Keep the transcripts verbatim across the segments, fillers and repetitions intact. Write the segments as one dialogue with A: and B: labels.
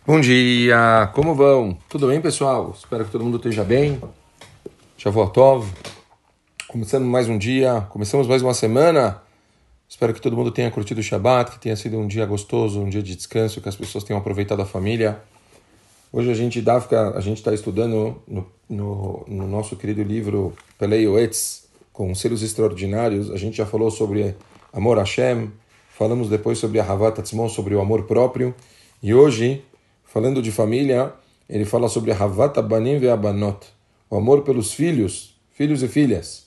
A: Bom dia, como vão? Tudo bem, pessoal? Espero que todo mundo esteja bem. Shavuot Tov. Começando mais um dia, começamos mais uma semana. Espero que todo mundo tenha curtido o Shabbat, que tenha sido um dia gostoso, um dia de descanso, que as pessoas tenham aproveitado a família. Hoje a gente dá, a gente está estudando no, no, no nosso querido livro Pelei Yoetz, Conselhos Extraordinários. A gente já falou sobre amor a Hashem, falamos depois sobre a Ahavat Atzmo, sobre o amor próprio. E hoje, falando de família, ele fala sobre a Ahavat Abanim ve'abanot, o amor pelos filhos, filhos e filhas.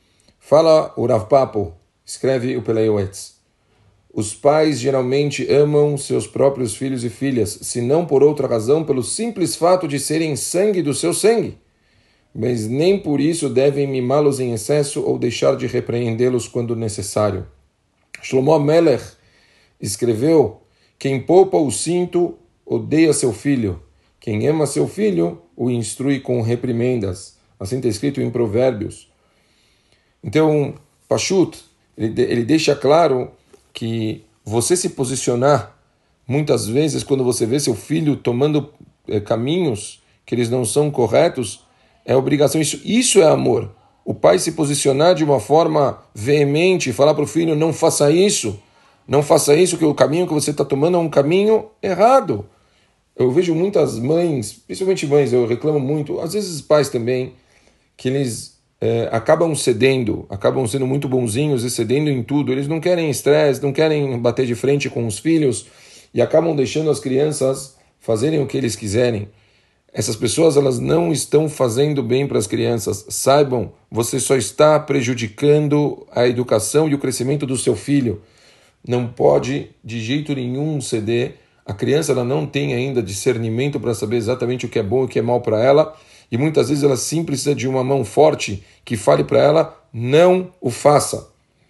A: Fala o Rav Papo, escreve o Pelei Yoetz. Os pais geralmente amam seus próprios filhos e filhas, se não por outra razão, pelo simples fato de serem sangue do seu sangue. Mas nem por isso devem mimá-los em excesso ou deixar de repreendê-los quando necessário. Shlomo Melech escreveu: quem poupa o cinto odeia seu filho. Quem ama seu filho o instrui com reprimendas. Assim está escrito em Provérbios. Então, Pashut, ele, ele deixa claro que você se posicionar, muitas vezes, quando você vê seu filho tomando eh, caminhos que eles não são corretos, é obrigação. Isso, isso é amor. O pai se posicionar de uma forma veemente, falar para o filho, não faça isso, não faça isso, que o caminho que você está tomando é um caminho errado. Eu vejo muitas mães, principalmente mães, eu reclamo muito, às vezes pais também, que eles é, acabam cedendo, acabam sendo muito bonzinhos e cedendo em tudo. Eles não querem estresse, não querem bater de frente com os filhos e acabam deixando as crianças fazerem o que eles quiserem. Essas pessoas, elas não estão fazendo bem para as crianças. Saibam, você só está prejudicando a educação e o crescimento do seu filho. Não pode, de jeito nenhum, ceder. A criança, ela não tem ainda discernimento para saber exatamente o que é bom e o que é mal para ela. E muitas vezes ela sim precisa de uma mão forte que fale para ela, não o faça.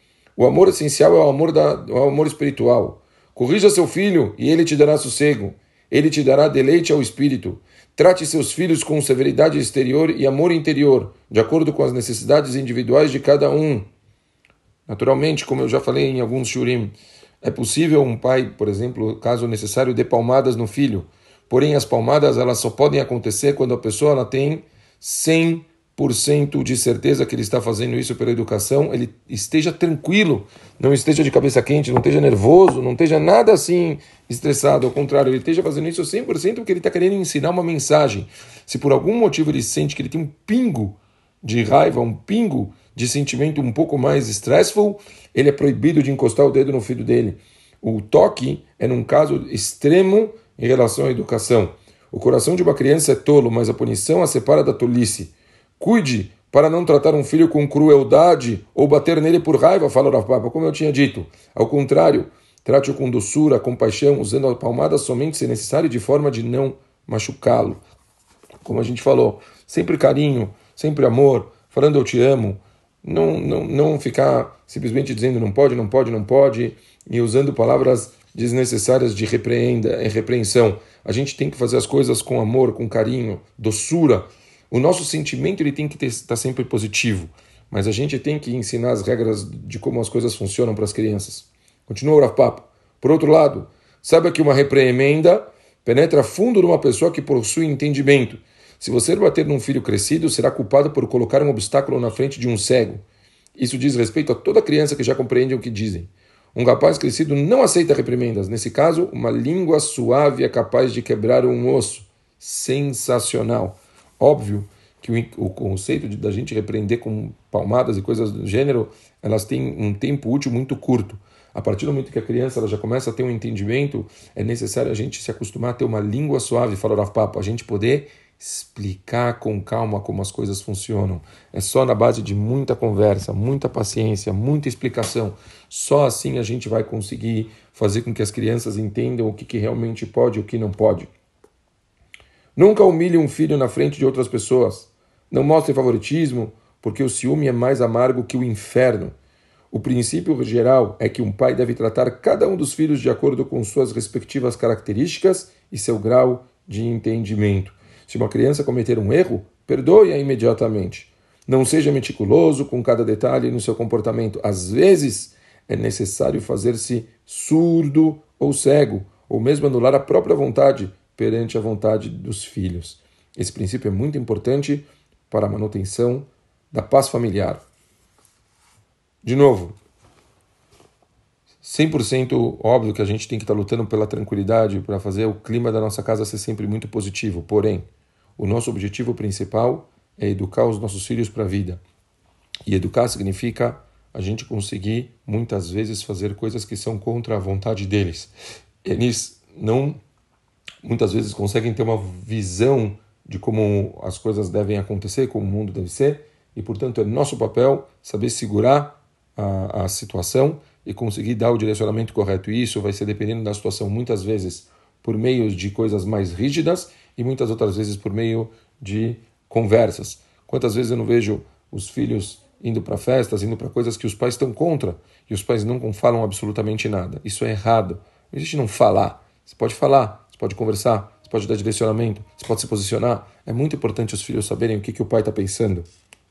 A: O amor essencial é o amor, da, é o amor espiritual. Corrija seu filho e ele te dará sossego. Ele te dará deleite ao espírito. Trate seus filhos com severidade exterior e amor interior, de acordo com as necessidades individuais de cada um. Naturalmente, como eu já falei em alguns shurim, é possível um pai, por exemplo, caso necessário, dê palmadas no filho. Porém, as palmadas elas só podem acontecer quando a pessoa ela tem cem por cento de certeza que ele está fazendo isso pela educação, ele esteja tranquilo, não esteja de cabeça quente, não esteja nervoso, não esteja nada assim estressado. Ao contrário, ele esteja fazendo isso cem por cento porque ele está querendo ensinar uma mensagem. Se por algum motivo ele sente que ele tem um pingo de raiva, um pingo de sentimento um pouco mais stressful, ele é proibido de encostar o dedo no filho dele. O toque é num caso extremo em relação à educação. O coração de uma criança é tolo, mas a punição a separa da tolice. Cuide para não tratar um filho com crueldade ou bater nele por raiva, fala o Rav Papa, como eu tinha dito. Ao contrário, trate-o com doçura, compaixão, usando a palmada somente se necessário, de forma de não machucá-lo. Como a gente falou, sempre carinho, sempre amor, falando eu te amo. Não, não, não ficar simplesmente dizendo não pode, não pode, não pode, e usando palavras desnecessárias de repreenda, repreensão. A gente tem que fazer as coisas com amor, com carinho, doçura. O nosso sentimento ele tem que ter, estar sempre positivo, mas a gente tem que ensinar as regras de como as coisas funcionam para as crianças. Continua o Rav Papo. Por outro lado, saiba que uma repreenda penetra fundo numa pessoa que possui entendimento. Se você bater num filho crescido, será culpado por colocar um obstáculo na frente de um cego. Isso diz respeito a toda criança que já compreende o que dizem. Um rapaz crescido não aceita reprimendas. Nesse caso, uma língua suave é capaz de quebrar um osso. Sensacional. Óbvio que o, o conceito de, da gente repreender com palmadas e coisas do gênero, elas têm um tempo útil muito curto. A partir do momento que a criança ela já começa a ter um entendimento, é necessário a gente se acostumar a ter uma língua suave, falou Rav Papa, a gente poder explicar com calma como as coisas funcionam. É só na base de muita conversa, muita paciência, muita explicação. Só assim a gente vai conseguir fazer com que as crianças entendam o que, que realmente pode e o que não pode. Nunca humilhe um filho na frente de outras pessoas. Não mostre favoritismo, porque o ciúme é mais amargo que o inferno. O princípio geral é que um pai deve tratar cada um dos filhos de acordo com suas respectivas características e seu grau de entendimento. Se uma criança cometer um erro, perdoe-a imediatamente. Não seja meticuloso com cada detalhe no seu comportamento. Às vezes, é necessário fazer-se surdo ou cego, ou mesmo anular a própria vontade perante a vontade dos filhos. Esse princípio é muito importante para a manutenção da paz familiar. De novo, cem por cento óbvio que a gente tem que estar lutando pela tranquilidade, para fazer o clima da nossa casa ser sempre muito positivo. Porém, o nosso objetivo principal é educar os nossos filhos para a vida. E educar significa a gente conseguir, muitas vezes, fazer coisas que são contra a vontade deles. Eles não, muitas vezes, conseguem ter uma visão de como as coisas devem acontecer, como o mundo deve ser, e, portanto, é nosso papel saber segurar a, a situação e conseguir dar o direcionamento correto. E isso vai ser dependendo da situação, muitas vezes por meio de coisas mais rígidas e muitas outras vezes por meio de conversas. Quantas vezes eu não vejo os filhos indo para festas, indo para coisas que os pais estão contra e os pais não falam absolutamente nada. Isso é errado. Não existe não falar. Você pode falar, você pode conversar, você pode dar direcionamento, você pode se posicionar. É muito importante os filhos saberem o que, que o pai está pensando.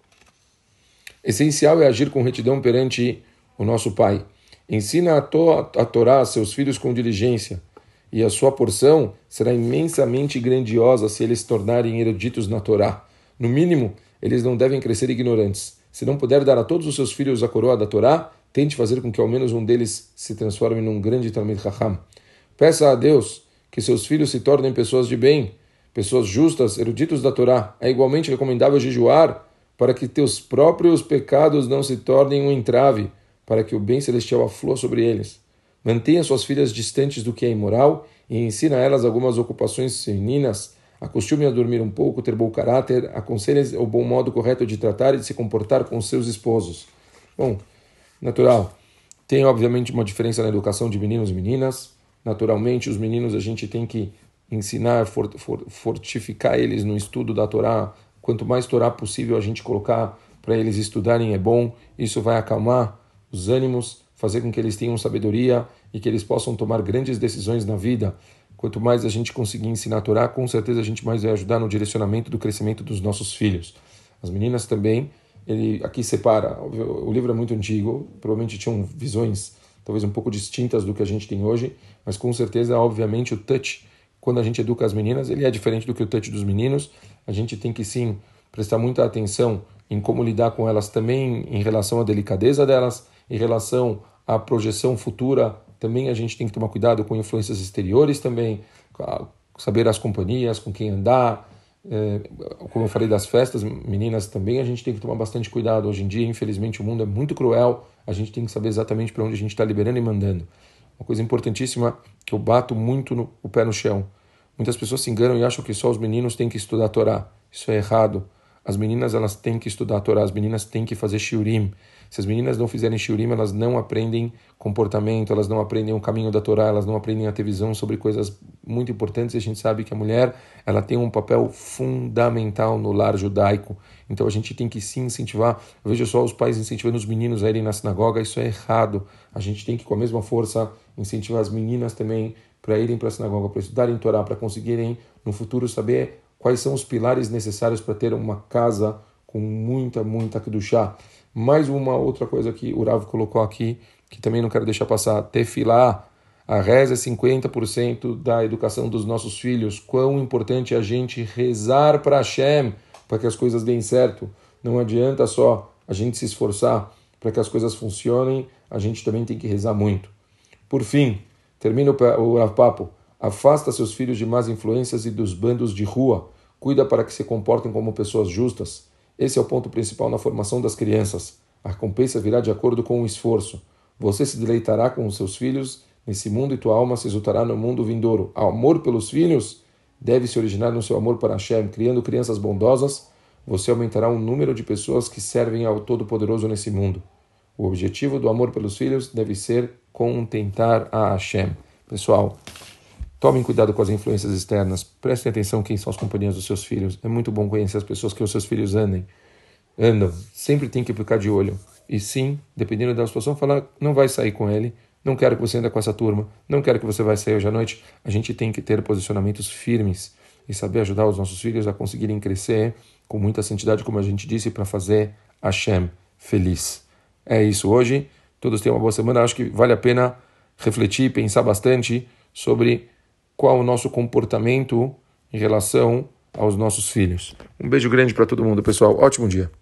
A: Essencial é agir com retidão perante o nosso pai. Ensina a, to a Torá a seus filhos com diligência, e a sua porção será imensamente grandiosa se eles se tornarem eruditos na Torá. No mínimo, eles não devem crescer ignorantes. Se não puder dar a todos os seus filhos a coroa da Torá, tente fazer com que ao menos um deles se transforme num grande Talmid Chacham. Peça a Deus que seus filhos se tornem pessoas de bem, pessoas justas, eruditos da Torá. É igualmente recomendável jejuar para que teus próprios pecados não se tornem um entrave, para que o bem celestial aflua sobre eles. Mantenha suas filhas distantes do que é imoral e ensina a elas algumas ocupações femininas. Acostume a dormir um pouco, ter bom caráter, aconselhe o bom modo correto de tratar e de se comportar com seus esposos. Bom, natural. Tem, obviamente, uma diferença na educação de meninos e meninas. Naturalmente, os meninos a gente tem que ensinar, fort, fort, fortificar eles no estudo da Torá. Quanto mais Torá possível a gente colocar para eles estudarem é bom. Isso vai acalmar os ânimos, fazer com que eles tenham sabedoria e que eles possam tomar grandes decisões na vida. Quanto mais a gente conseguir ensinar a Torá, com certeza a gente mais vai ajudar no direcionamento do crescimento dos nossos filhos. As meninas também, ele aqui separa, o livro é muito antigo, provavelmente tinham visões talvez um pouco distintas do que a gente tem hoje, mas com certeza, obviamente, o touch, quando a gente educa as meninas, ele é diferente do que o touch dos meninos. A gente tem que sim prestar muita atenção em como lidar com elas também em relação à delicadeza delas, em relação à projeção futura. Também a gente tem que tomar cuidado com influências exteriores também, saber as companhias, com quem andar. É, como eu falei das festas, meninas também, a gente tem que tomar bastante cuidado. Hoje em dia, infelizmente, o mundo é muito cruel. A gente tem que saber exatamente para onde a gente está liberando e mandando. Uma coisa importantíssima que eu bato muito no, o pé no chão. Muitas pessoas se enganam e acham que só os meninos têm que estudar a Torá. Isso é errado. As meninas, elas têm que estudar a Torá, as meninas têm que fazer shiurim. Se as meninas não fizerem shiurim, elas não aprendem comportamento, elas não aprendem o caminho da Torá, elas não aprendem a ter visão sobre coisas muito importantes. E a gente sabe que a mulher, ela tem um papel fundamental no lar judaico. Então a gente tem que sim incentivar. Eu vejo só os pais incentivando os meninos a irem na sinagoga, isso é errado. A gente tem que, com a mesma força, incentivar as meninas também para irem para a sinagoga, para estudarem Torá, para conseguirem, no futuro, saber quais são os pilares necessários para ter uma casa com muita, muita kedushá. Mais uma outra coisa que o Rav colocou aqui, que também não quero deixar passar, tefilá. A reza é cinquenta por cento da educação dos nossos filhos. Quão importante é a gente rezar para Hashem, para que as coisas deem certo. Não adianta só a gente se esforçar para que as coisas funcionem, a gente também tem que rezar muito. Por fim, termina o papo. Afasta seus filhos de más influências e dos bandos de rua. Cuida para que se comportem como pessoas justas. Esse é o ponto principal na formação das crianças. A recompensa virá de acordo com o esforço. Você se deleitará com os seus filhos nesse mundo e tua alma se exultará no mundo vindouro. O amor pelos filhos deve se originar no seu amor para Hashem. Criando crianças bondosas, você aumentará o número de pessoas que servem ao Todo-Poderoso nesse mundo. O objetivo do amor pelos filhos deve ser contentar a Hashem. Pessoal, tomem cuidado com as influências externas. Prestem atenção quem são as companhias dos seus filhos. É muito bom conhecer as pessoas que os seus filhos andem. andam. Sempre tem que ficar de olho. E sim, dependendo da situação, falar, não vai sair com ele. Não quero que você ande com essa turma. Não quero que você vai sair hoje à noite. A gente tem que ter posicionamentos firmes e saber ajudar os nossos filhos a conseguirem crescer com muita santidade, como a gente disse, para fazer Hashem feliz. É isso hoje. Todos tenham uma boa semana. Acho que vale a pena refletir e pensar bastante sobre qual o nosso comportamento em relação aos nossos filhos. Um beijo grande para todo mundo, pessoal. Ótimo dia.